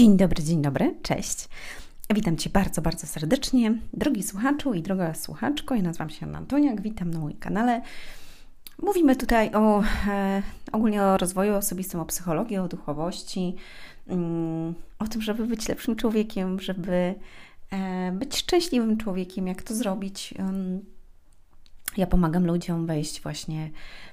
Dzień dobry, cześć. Witam Cię bardzo, bardzo serdecznie. Drogi słuchaczu i droga słuchaczko, ja nazywam się Anna Antoniak, witam na moim kanale. Mówimy tutaj ogólnie o rozwoju osobistym, o psychologii, o duchowości, o tym, żeby być lepszym człowiekiem, żeby być szczęśliwym człowiekiem, jak to zrobić. Ja pomagam ludziom wejść właśnie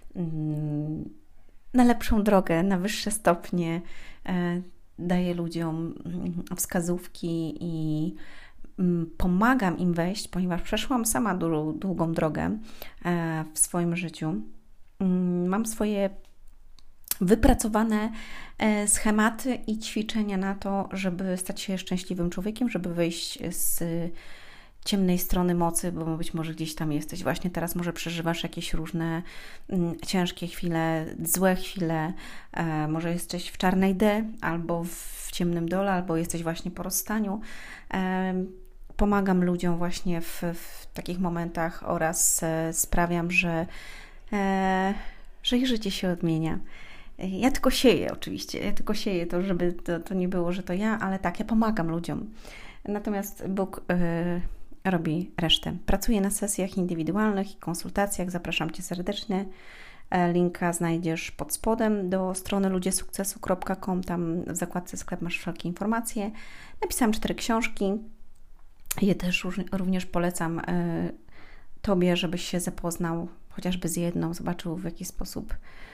na lepszą drogę, na wyższe stopnie, daję ludziom wskazówki i pomagam im wejść, ponieważ przeszłam sama długą drogę w swoim życiu. Mam swoje wypracowane schematy i ćwiczenia na to, żeby stać się szczęśliwym człowiekiem, żeby wyjść z ciemnej strony mocy, bo być może gdzieś tam jesteś właśnie teraz, może przeżywasz jakieś różne ciężkie chwile, złe chwile, może jesteś w czarnej D, albo w ciemnym dole, albo jesteś właśnie po rozstaniu. Pomagam ludziom właśnie w takich momentach oraz sprawiam, że ich życie się odmienia. Ja tylko sieję oczywiście, to, żeby to nie było, że to ja, ale tak, ja pomagam ludziom. Natomiast Bóg robi resztę. Pracuję na sesjach indywidualnych i konsultacjach. Zapraszam Cię serdecznie. Linka znajdziesz pod spodem do strony ludziesukcesu.com. Tam w zakładce sklep masz wszelkie informacje. Napisałam 4 książki. Je też również polecam Tobie, żebyś się zapoznał chociażby z jedną, zobaczył, w jaki sposób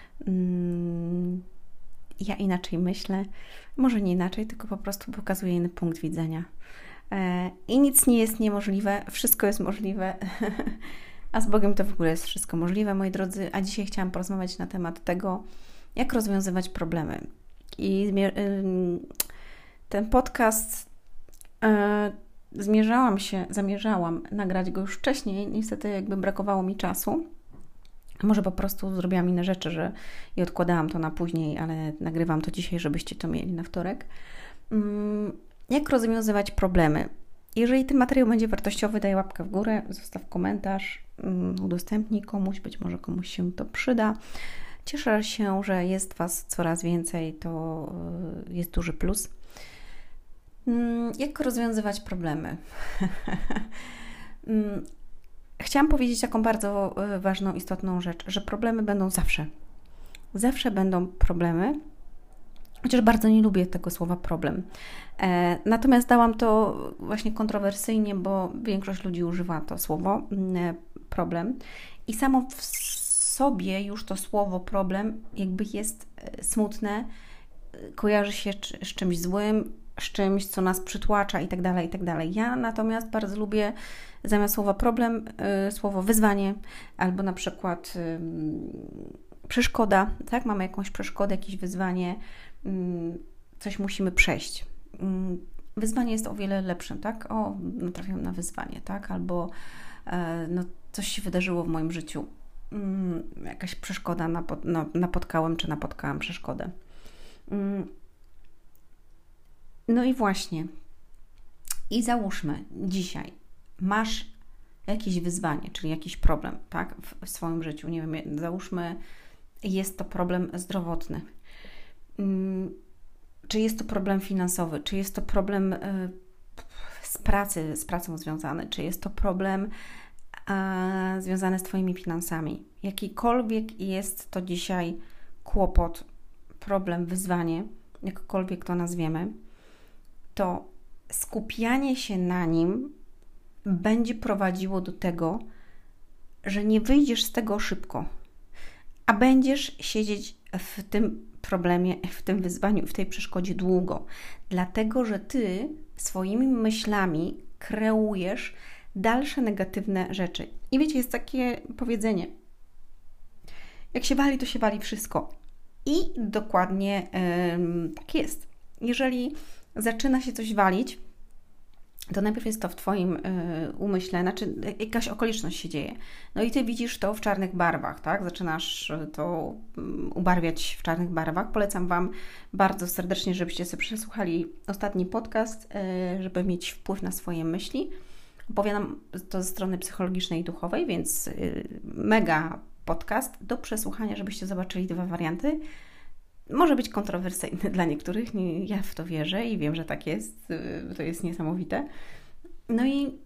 ja inaczej myślę. Może nie inaczej, tylko po prostu pokazuję inny punkt widzenia. I nic nie jest niemożliwe, wszystko jest możliwe, a z Bogiem to w ogóle jest wszystko możliwe, moi drodzy. A dzisiaj chciałam porozmawiać na temat tego, jak rozwiązywać problemy. I ten podcast zamierzałam nagrać go już wcześniej, niestety jakby brakowało mi czasu. Może po prostu zrobiłam inne rzeczy, i odkładałam to na później, ale nagrywam to dzisiaj, żebyście to mieli na wtorek. Jak rozwiązywać problemy? Jeżeli ten materiał będzie wartościowy, daj łapkę w górę, zostaw komentarz, udostępnij komuś, być może komuś się to przyda. Cieszę się, że jest Was coraz więcej, to jest duży plus. Jak rozwiązywać problemy? Chciałam powiedzieć taką bardzo ważną, istotną rzecz, że problemy będą zawsze. Zawsze będą problemy. Chociaż bardzo nie lubię tego słowa problem. Natomiast dałam to właśnie kontrowersyjnie, bo większość ludzi używa to słowo problem i samo w sobie już to słowo problem jakby jest smutne, kojarzy się z czymś złym, z czymś, co nas przytłacza i tak dalej, i tak dalej. Ja natomiast bardzo lubię zamiast słowa problem słowo wyzwanie albo na przykład przeszkoda, tak? Mamy jakąś przeszkodę, jakieś wyzwanie, coś musimy przejść. Wyzwanie jest o wiele lepszym, tak? Trafiłam na wyzwanie, tak? Albo coś się wydarzyło w moim życiu. Jakaś przeszkoda, napotkałem przeszkodę. No i właśnie. I załóżmy, dzisiaj masz jakieś wyzwanie, czyli jakiś problem, tak? W swoim życiu. Nie wiem, załóżmy, jest to problem zdrowotny. Czy jest to problem finansowy, czy jest to problem z pracą związany, czy jest to problem związany z Twoimi finansami. Jakikolwiek jest to dzisiaj kłopot, problem, wyzwanie, jakkolwiek to nazwiemy, to skupianie się na nim będzie prowadziło do tego, że nie wyjdziesz z tego szybko, a będziesz siedzieć w tym problemie, w tym wyzwaniu, w tej przeszkodzie długo. Dlatego, że Ty swoimi myślami kreujesz dalsze negatywne rzeczy. I wiecie, jest takie powiedzenie, jak się wali, to się wali wszystko. I dokładnie tak jest. Jeżeli zaczyna się coś walić, to najpierw jest to w Twoim umyśle, znaczy jakaś okoliczność się dzieje. No i Ty widzisz to w czarnych barwach, tak? Zaczynasz to ubarwiać w czarnych barwach. Polecam Wam bardzo serdecznie, żebyście sobie przesłuchali ostatni podcast, żeby mieć wpływ na swoje myśli. Opowiadam to ze strony psychologicznej i duchowej, więc mega podcast do przesłuchania, żebyście zobaczyli 2 warianty. Może być kontrowersyjny dla niektórych, ja w to wierzę i wiem, że tak jest, to jest niesamowite. No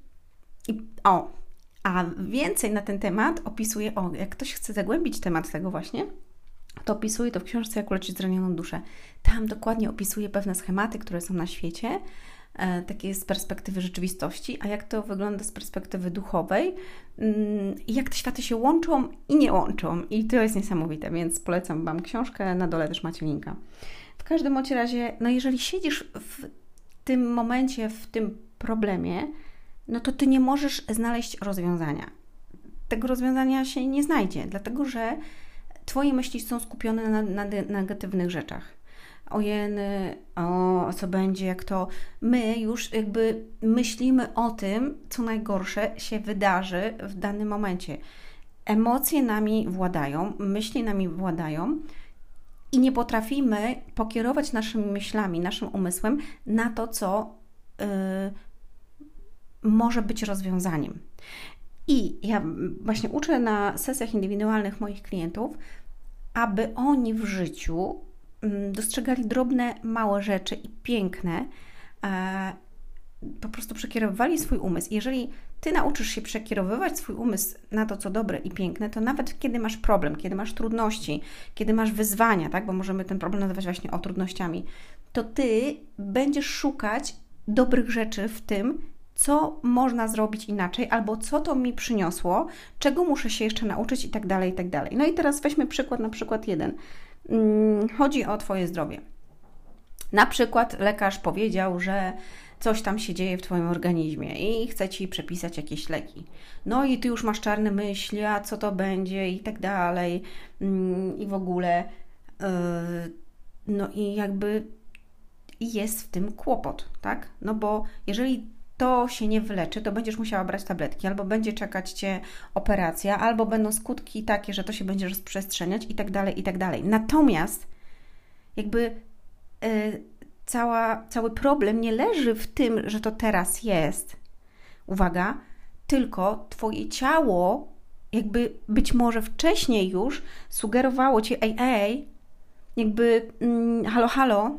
a więcej na ten temat opisuję, jak ktoś chce zagłębić temat tego właśnie, to opisuję to w książce Jak uleczyć zranioną duszę. Tam dokładnie opisuję pewne schematy, które są na świecie, takie z perspektywy rzeczywistości, a jak to wygląda z perspektywy duchowej i jak te światy się łączą i nie łączą. I to jest niesamowite, więc polecam Wam książkę, na dole też macie linka. W każdym bądź razie, jeżeli siedzisz w tym momencie, w tym problemie, no to Ty nie możesz znaleźć rozwiązania. Tego rozwiązania się nie znajdzie, dlatego że Twoje myśli są skupione na negatywnych rzeczach. Co będzie, jak to. My już jakby myślimy o tym, co najgorsze się wydarzy w danym momencie. Emocje nami władają, myśli nami władają i nie potrafimy pokierować naszymi myślami, naszym umysłem na to, co może być rozwiązaniem. I ja właśnie uczę na sesjach indywidualnych moich klientów, aby oni w życiu dostrzegali drobne, małe rzeczy i piękne, po prostu przekierowywali swój umysł. Jeżeli Ty nauczysz się przekierowywać swój umysł na to, co dobre i piękne, to nawet kiedy masz problem, kiedy masz trudności, kiedy masz wyzwania, tak, bo możemy ten problem nazywać właśnie trudnościami, to Ty będziesz szukać dobrych rzeczy w tym, co można zrobić inaczej, albo co to mi przyniosło, czego muszę się jeszcze nauczyć i tak dalej, i tak dalej. No i teraz weźmy przykład, na przykład jeden. Chodzi o Twoje zdrowie. Na przykład lekarz powiedział, że coś tam się dzieje w Twoim organizmie i chce Ci przepisać jakieś leki. No i Ty już masz czarne myśli, a co to będzie i tak dalej i w ogóle. No i jakby jest w tym kłopot, tak? No bo jeżeli to się nie wyleczy, to będziesz musiała brać tabletki, albo będzie czekać Cię operacja, albo będą skutki takie, że to się będzie rozprzestrzeniać i tak dalej, i tak dalej. Natomiast jakby cały problem nie leży w tym, że to teraz jest, uwaga, tylko Twoje ciało jakby być może wcześniej już sugerowało Ci, jakby halo,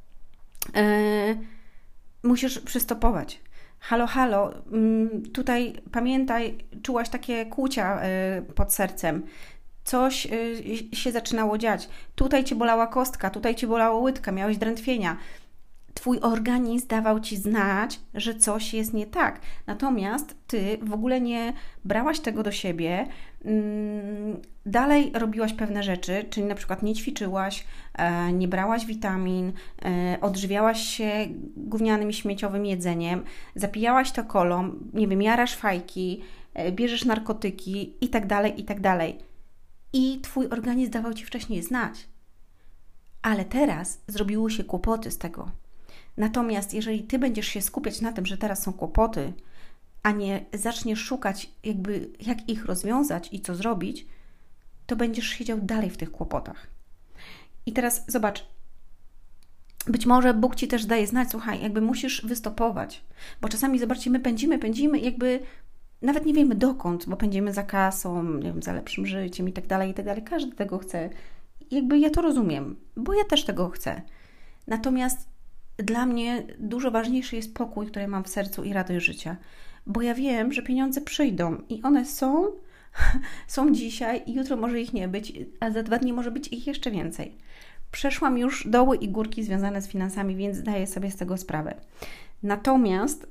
musisz przystopować. Halo, tutaj pamiętaj, czułaś takie kłucia pod sercem. Coś się zaczynało dziać. Tutaj Cię bolała kostka, tutaj Cię bolała łydka, miałeś drętwienia. Twój organizm dawał Ci znać, że coś jest nie tak. Natomiast Ty w ogóle nie brałaś tego do siebie, dalej robiłaś pewne rzeczy, czyli na przykład nie ćwiczyłaś, nie brałaś witamin, odżywiałaś się gównianym i śmieciowym jedzeniem, zapijałaś to kolą, nie wiem, jarasz fajki, bierzesz narkotyki i tak dalej, i tak dalej. I Twój organizm dawał Ci wcześniej znać. Ale teraz zrobiły się kłopoty z tego. Natomiast jeżeli Ty będziesz się skupiać na tym, że teraz są kłopoty, a nie zaczniesz szukać jakby jak ich rozwiązać i co zrobić, to będziesz siedział dalej w tych kłopotach. I teraz zobacz, być może Bóg Ci też daje znać, słuchaj, jakby musisz wystopować, bo czasami, zobaczcie, my pędzimy i jakby nawet nie wiemy dokąd, bo pędzimy za kasą, nie wiem, za lepszym życiem i tak dalej, każdy tego chce. Jakby ja to rozumiem, bo ja też tego chcę. Natomiast dla mnie dużo ważniejszy jest pokój, który mam w sercu i radość życia, bo ja wiem, że pieniądze przyjdą i one są dzisiaj i jutro może ich nie być, a za 2 dni może być ich jeszcze więcej. Przeszłam już doły i górki związane z finansami, więc zdaję sobie z tego sprawę. Natomiast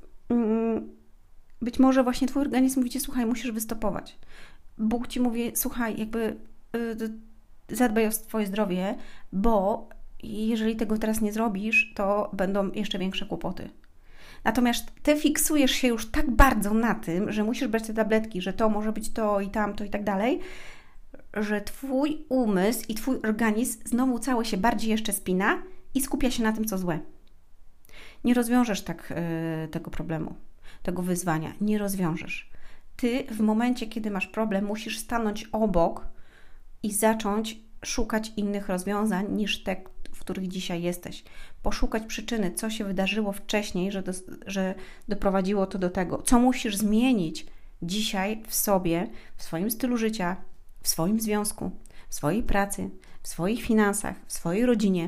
być może właśnie Twój organizm mówi Ci, słuchaj, musisz wystopować. Bóg Ci mówi, słuchaj, jakby zadbaj o Twoje zdrowie, bo jeżeli tego teraz nie zrobisz, to będą jeszcze większe kłopoty. Natomiast Ty fiksujesz się już tak bardzo na tym, że musisz brać te tabletki, że to może być to i tamto i tak dalej, że Twój umysł i Twój organizm znowu cały się bardziej jeszcze spina i skupia się na tym, co złe. Nie rozwiążesz tak tego problemu, tego wyzwania. Nie rozwiążesz. Ty w momencie, kiedy masz problem, musisz stanąć obok i zacząć szukać innych rozwiązań niż te, w których dzisiaj jesteś. Poszukać przyczyny, co się wydarzyło wcześniej, że doprowadziło to do tego. Co musisz zmienić dzisiaj w sobie, w swoim stylu życia, w swoim związku, w swojej pracy, w swoich finansach, w swojej rodzinie,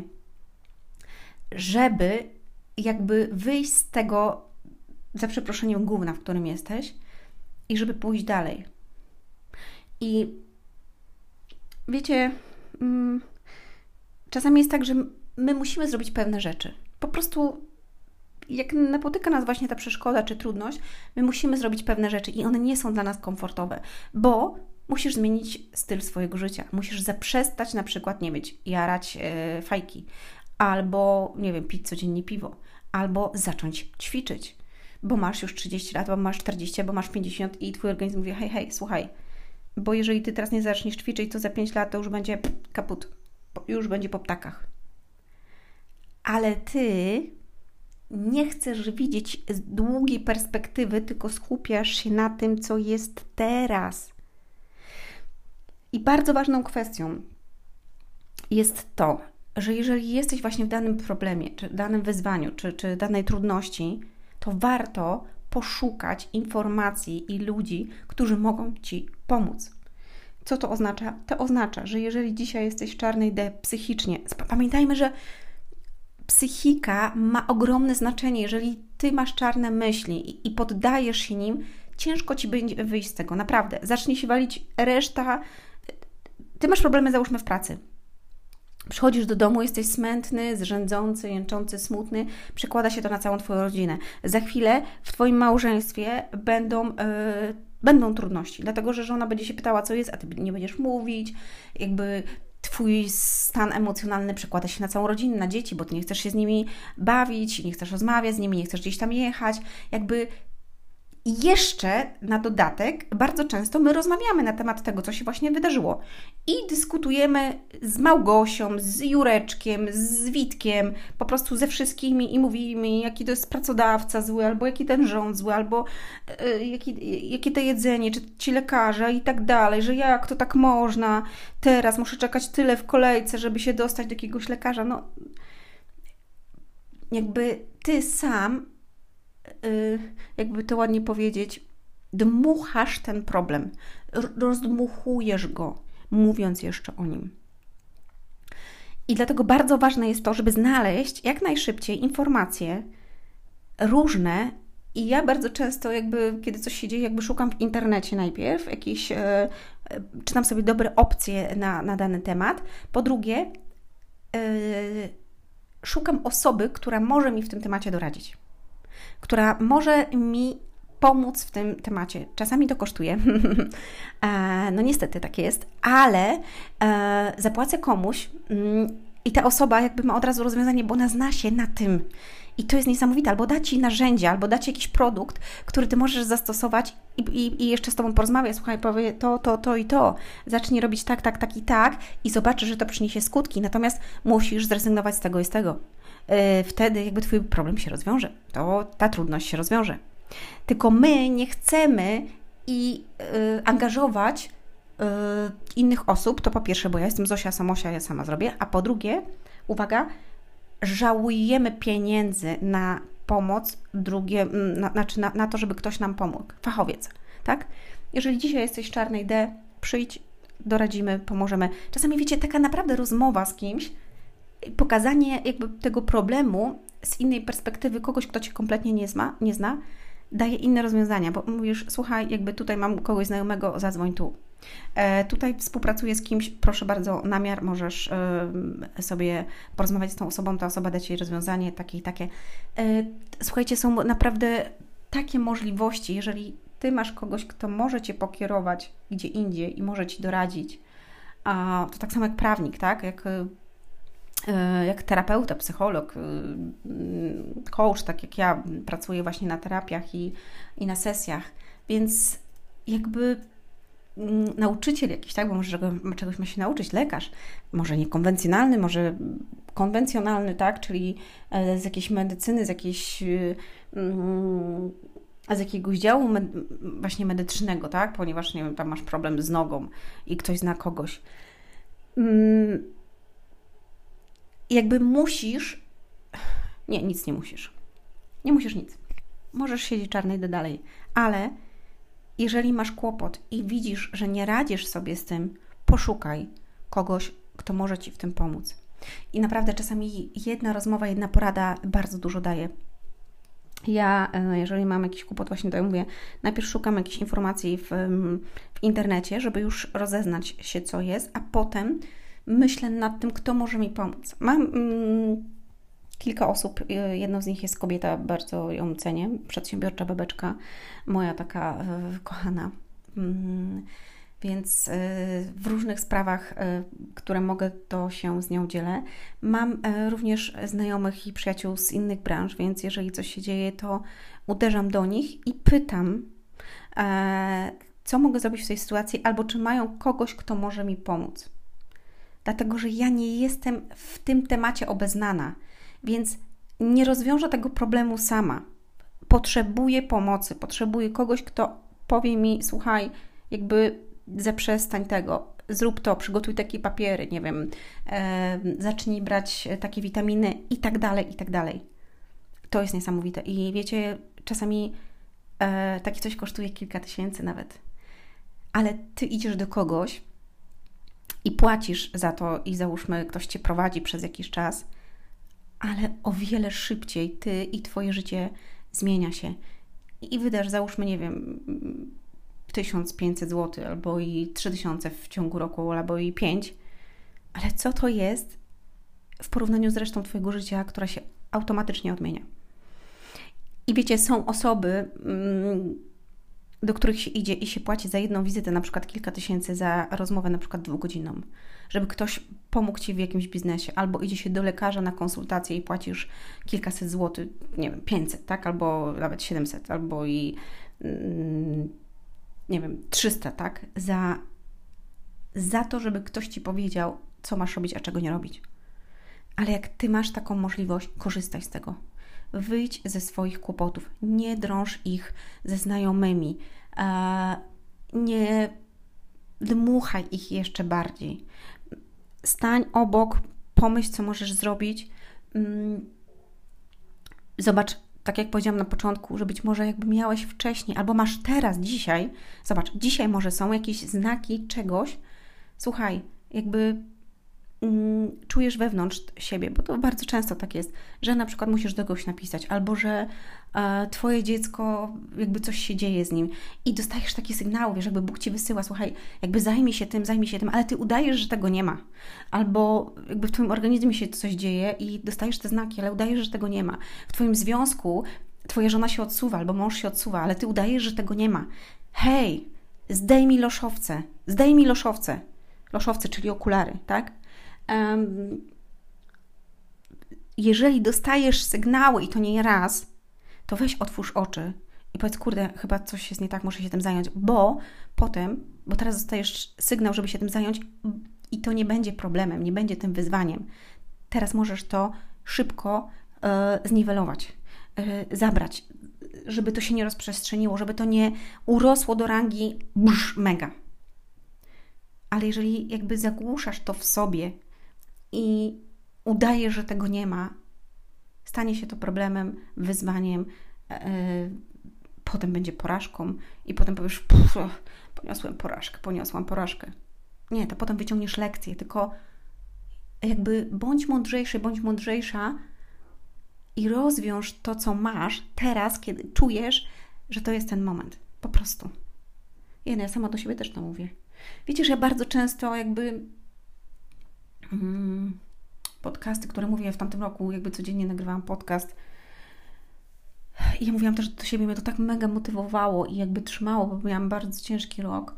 żeby jakby wyjść z tego, za przeproszeniem, gówna, w którym jesteś i żeby pójść dalej. I wiecie, czasami jest tak, że my musimy zrobić pewne rzeczy. Po prostu jak napotyka nas właśnie ta przeszkoda czy trudność, my musimy zrobić pewne rzeczy i one nie są dla nas komfortowe, bo musisz zmienić styl swojego życia. Musisz zaprzestać na przykład, nie wiem, jarać fajki, albo, nie wiem, pić codziennie piwo, albo zacząć ćwiczyć, bo masz już 30 lat, bo masz 40, bo masz 50 i Twój organizm mówi, hej, słuchaj, bo jeżeli Ty teraz nie zaczniesz ćwiczyć, to za 5 lat to już będzie kaput, już będzie po ptakach. Ale Ty nie chcesz widzieć z długiej perspektywy, tylko skupiasz się na tym, co jest teraz. I bardzo ważną kwestią jest to, że jeżeli jesteś właśnie w danym problemie, czy danym wyzwaniu, czy danej trudności, to warto poszukać informacji i ludzi, którzy mogą Ci pomóc. Co to oznacza? To oznacza, że jeżeli dzisiaj jesteś w czarnej D psychicznie, pamiętajmy, że psychika ma ogromne znaczenie. Jeżeli Ty masz czarne myśli i poddajesz się nim, ciężko Ci będzie wyjść z tego, naprawdę. Zacznie się walić reszta. Ty masz problemy, załóżmy, w pracy. Przychodzisz do domu, jesteś smętny, zrzędzący, jęczący, smutny. Przekłada się to na całą Twoją rodzinę. Za chwilę w Twoim małżeństwie będą trudności, dlatego że żona będzie się pytała, co jest, a Ty nie będziesz mówić. Jakby Twój stan emocjonalny przekłada się na całą rodzinę, na dzieci, bo Ty nie chcesz się z nimi bawić, nie chcesz rozmawiać z nimi, nie chcesz gdzieś tam jechać. Jakby i jeszcze na dodatek bardzo często my rozmawiamy na temat tego, co się właśnie wydarzyło. I dyskutujemy z Małgosią, z Jureczkiem, z Witkiem, po prostu ze wszystkimi i mówimy, jaki to jest pracodawca zły, albo jaki ten rząd zły, albo jakie to jedzenie, czy ci lekarze i tak dalej, że jak to tak można, teraz muszę czekać tyle w kolejce, żeby się dostać do jakiegoś lekarza. No, jakby Ty sam, jakby to ładnie powiedzieć, dmuchasz ten problem, rozdmuchujesz go, mówiąc jeszcze o nim. I dlatego bardzo ważne jest to, żeby znaleźć jak najszybciej informacje różne. I ja bardzo często, jakby kiedy coś się dzieje, jakby szukam w internecie najpierw, jakieś, czytam sobie dobre opcje na dany temat. Po drugie, szukam osoby, która może mi w tym temacie doradzić, która może mi pomóc w tym temacie. Czasami to kosztuje, no niestety tak jest, ale zapłacę komuś i ta osoba jakby ma od razu rozwiązanie, bo ona zna się na tym. I to jest niesamowite. Albo da Ci narzędzia, albo da Ci jakiś produkt, który Ty możesz zastosować i jeszcze z Tobą porozmawia. Słuchaj, powie to i to. Zacznij robić tak i zobaczysz, że to przyniesie skutki. Natomiast musisz zrezygnować z tego i z tego. Wtedy jakby Twój problem się rozwiąże. To ta trudność się rozwiąże. Tylko my nie chcemy angażować innych osób. To po pierwsze, bo ja jestem Zosia Samosia, ja sama zrobię. A po drugie, uwaga, żałujemy pieniędzy na pomoc, na to, żeby ktoś nam pomógł. Fachowiec, tak? Jeżeli dzisiaj jesteś w czarnej D, przyjdź, doradzimy, pomożemy. Czasami, wiecie, taka naprawdę rozmowa z kimś, pokazanie jakby tego problemu z innej perspektywy kogoś, kto Cię kompletnie nie zna, daje inne rozwiązania, bo mówisz, słuchaj, jakby tutaj mam kogoś znajomego, zadzwoń tu. Tutaj współpracuję z kimś, proszę bardzo, namiar, możesz sobie porozmawiać z tą osobą, ta osoba da Ci rozwiązanie takie i takie. Słuchajcie, są naprawdę takie możliwości, jeżeli Ty masz kogoś, kto może Cię pokierować gdzie indziej i może Ci doradzić, to tak samo jak prawnik, tak? Jak terapeuta, psycholog, coach, tak jak ja pracuję właśnie na terapiach i na sesjach, więc jakby nauczyciel jakiś, tak, bo może czegoś ma się nauczyć, lekarz, może niekonwencjonalny, może konwencjonalny, tak, czyli z jakiejś medycyny, z jakiegoś działu właśnie medycznego, tak, ponieważ, nie wiem, tam masz problem z nogą i ktoś zna kogoś. Jakby musisz, nic nie musisz. Nie musisz nic. Możesz siedzieć czarnej D dalej, ale jeżeli masz kłopot i widzisz, że nie radzisz sobie z tym, poszukaj kogoś, kto może Ci w tym pomóc. I naprawdę czasami jedna rozmowa, jedna porada bardzo dużo daje. Ja, jeżeli mam jakiś kłopot, właśnie to ja mówię, najpierw szukam jakichś informacji w internecie, żeby już rozeznać się, co jest, a potem myślę nad tym, kto może mi pomóc. Mam kilka osób, jedną z nich jest kobieta, bardzo ją cenię, przedsiębiorcza babeczka, moja taka kochana. Więc w różnych sprawach, które mogę, to się z nią dzielę. Mam również znajomych i przyjaciół z innych branż, więc jeżeli coś się dzieje, to uderzam do nich i pytam, co mogę zrobić w tej sytuacji, albo czy mają kogoś, kto może mi pomóc. Dlatego, że ja nie jestem w tym temacie obeznana, więc nie rozwiążę tego problemu sama. Potrzebuję pomocy, potrzebuję kogoś, kto powie mi, słuchaj, zaprzestań tego, zrób to, przygotuj takie papiery, nie wiem, zacznij brać takie witaminy i tak dalej, i tak dalej. To jest niesamowite. I wiecie, czasami takie coś kosztuje kilka tysięcy nawet. Ale Ty idziesz do kogoś i płacisz za to i załóżmy, ktoś Cię prowadzi przez jakiś czas, ale o wiele szybciej Ty i Twoje życie zmienia się. I wydasz, załóżmy, nie wiem, 1500 zł, albo i 3000 w ciągu roku, albo i 5. Ale co to jest w porównaniu z resztą Twojego życia, która się automatycznie odmienia? I wiecie, są osoby, do których się idzie i się płaci za jedną wizytę, na przykład kilka tysięcy, za rozmowę na przykład 2-godzinną, żeby ktoś pomógł Ci w jakimś biznesie, albo idzie się do lekarza na konsultację i płacisz kilkaset złotych, nie wiem, 500, tak, albo nawet 700, albo i nie wiem, 300, tak, za to, żeby ktoś Ci powiedział, co masz robić, a czego nie robić. Ale jak Ty masz taką możliwość, korzystaj z tego. Wyjdź ze swoich kłopotów, nie drąż ich ze znajomymi, nie dmuchaj ich jeszcze bardziej. Stań obok, pomyśl, co możesz zrobić. Zobacz, tak jak powiedziałam na początku, że być może jakby miałeś wcześniej, albo masz teraz, dzisiaj, zobacz, dzisiaj może są jakieś znaki czegoś, słuchaj, czujesz wewnątrz siebie, bo to bardzo często tak jest, że na przykład musisz do kogoś napisać, albo że Twoje dziecko, coś się dzieje z nim i dostajesz takie sygnały, wiesz, Bóg Ci wysyła, słuchaj, zajmij się tym, ale Ty udajesz, że tego nie ma. Albo w Twoim organizmie się coś dzieje i dostajesz te znaki, ale udajesz, że tego nie ma. W Twoim związku Twoja żona się odsuwa, albo mąż się odsuwa, ale Ty udajesz, że tego nie ma. Hej, zdejmij loszowce, czyli okulary, tak? Jeżeli dostajesz sygnały i to nie raz, to weź otwórz oczy i powiedz, kurde, chyba coś jest nie tak, muszę się tym zająć, bo teraz dostajesz sygnał, żeby się tym zająć i to nie będzie problemem, nie będzie tym wyzwaniem. Teraz możesz to szybko zniwelować, zabrać, żeby to się nie rozprzestrzeniło, żeby to nie urosło do rangi mega. Ale jeżeli zagłuszasz to w sobie i udajesz, że tego nie ma, stanie się to problemem, wyzwaniem, potem będzie porażką i potem powiesz, poniosłam porażkę. Nie, to potem wyciągniesz lekcję, tylko bądź mądrzejsza i rozwiąż to, co masz teraz, kiedy czujesz, że to jest ten moment. Po prostu. Ja sama do siebie też to mówię. Wiecie, że ja bardzo często podcasty, które mówię w tamtym roku, codziennie nagrywałam podcast i ja mówiłam też do siebie, mnie to tak mega motywowało i trzymało, bo miałam bardzo ciężki rok,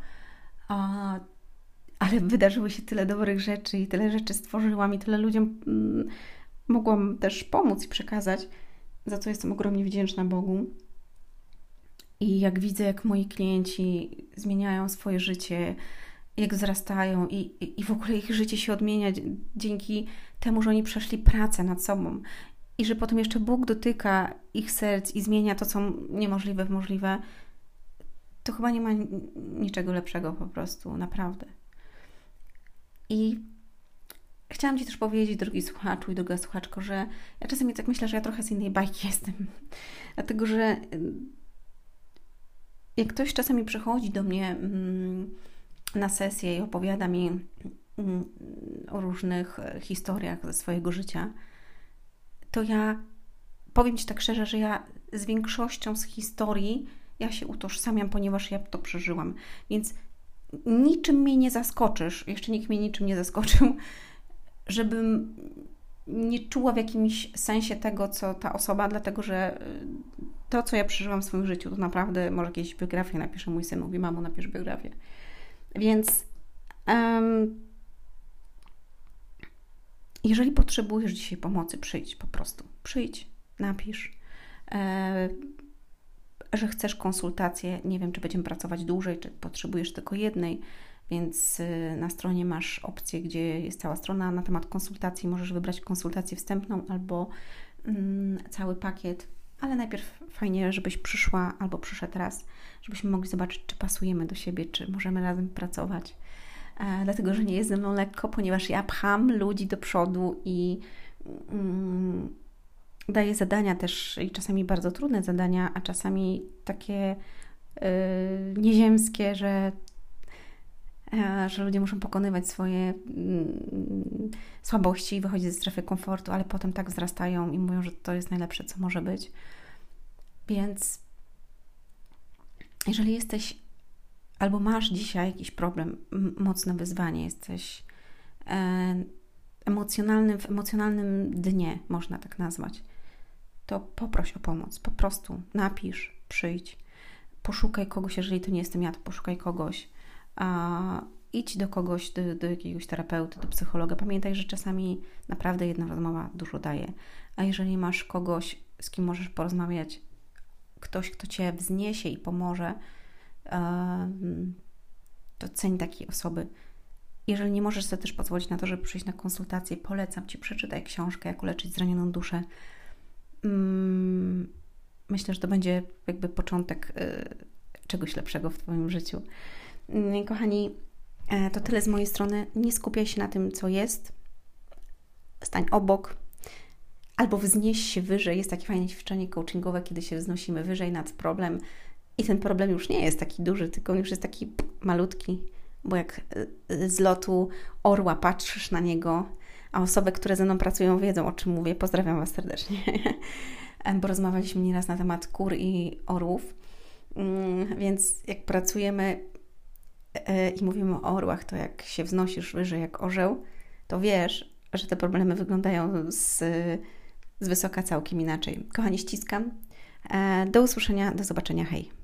ale wydarzyły się tyle dobrych rzeczy i tyle rzeczy stworzyłam i tyle ludziom mogłam też pomóc i przekazać, za co jestem ogromnie wdzięczna Bogu. I jak widzę, jak moi klienci zmieniają swoje życie, jak wzrastają i w ogóle ich życie się odmienia dzięki temu, że oni przeszli pracę nad sobą i że potem jeszcze Bóg dotyka ich serc i zmienia to, co niemożliwe w możliwe, to chyba nie ma niczego lepszego po prostu, naprawdę. I chciałam Ci też powiedzieć, drogi słuchaczu i droga słuchaczko, że ja czasami tak myślę, że ja trochę z innej bajki jestem, dlatego, że jak ktoś czasami przychodzi do mnie na sesję i opowiada mi, o różnych historiach ze swojego życia, to ja powiem Ci tak szczerze, że ja z większością z historii ja się utożsamiam, ponieważ ja to przeżyłam. Więc niczym mnie nie zaskoczysz, jeszcze nikt mnie niczym nie zaskoczył, żebym nie czuła w jakimś sensie tego, co ta osoba, dlatego że to, co ja przeżyłam w swoim życiu, to naprawdę może jakieś biografię napisze mój syn, mówi, mamo, napisz biografię. Więc jeżeli potrzebujesz dzisiaj pomocy, przyjdź po prostu. Przyjdź, napisz, że chcesz konsultację. Nie wiem, czy będziemy pracować dłużej, czy potrzebujesz tylko jednej, więc na stronie masz opcję, gdzie jest cała strona na temat konsultacji. Możesz wybrać konsultację wstępną albo cały pakiet, ale najpierw fajnie, żebyś przyszła albo przyszedł raz, żebyśmy mogli zobaczyć, czy pasujemy do siebie, czy możemy razem pracować. Dlatego, że nie jest ze mną lekko, ponieważ ja pcham ludzi do przodu i daję zadania też i czasami bardzo trudne zadania, a czasami takie nieziemskie, że ludzie muszą pokonywać swoje słabości i wychodzić ze strefy komfortu, ale potem tak wzrastają i mówią, że to jest najlepsze, co może być. Więc jeżeli jesteś albo masz dzisiaj jakiś problem, mocne wyzwanie, jesteś w emocjonalnym dnie, można tak nazwać, to poproś o pomoc, po prostu napisz, przyjdź, poszukaj kogoś, jeżeli to nie jestem ja, to poszukaj kogoś, idź do kogoś, do jakiegoś terapeuty, do psychologa. Pamiętaj, że czasami naprawdę jedna rozmowa dużo daje, a jeżeli masz kogoś, z kim możesz porozmawiać, ktoś, kto Cię wzniesie i pomoże, to ceń takiej osoby. Jeżeli nie możesz sobie też pozwolić na to, żeby przyjść na konsultację, polecam Ci, przeczytaj książkę, jak uleczyć zranioną duszę. Myślę, że to będzie jakby początek czegoś lepszego w Twoim życiu. Kochani, to tyle z mojej strony. Nie skupiaj się na tym, co jest. Stań obok albo wznieś się wyżej. Jest takie fajne ćwiczenie coachingowe, kiedy się wznosimy wyżej nad problem i ten problem już nie jest taki duży, tylko on już jest taki malutki, bo jak z lotu orła patrzysz na niego, a osoby, które ze mną pracują, wiedzą, o czym mówię. Pozdrawiam Was serdecznie, bo rozmawialiśmy nieraz na temat kur i orłów, więc jak pracujemy i mówimy o orłach, to jak się wznosisz wyżej jak orzeł, to wiesz, że te problemy wyglądają z wysoka całkiem inaczej. Kochani, ściskam. Do usłyszenia, do zobaczenia, hej!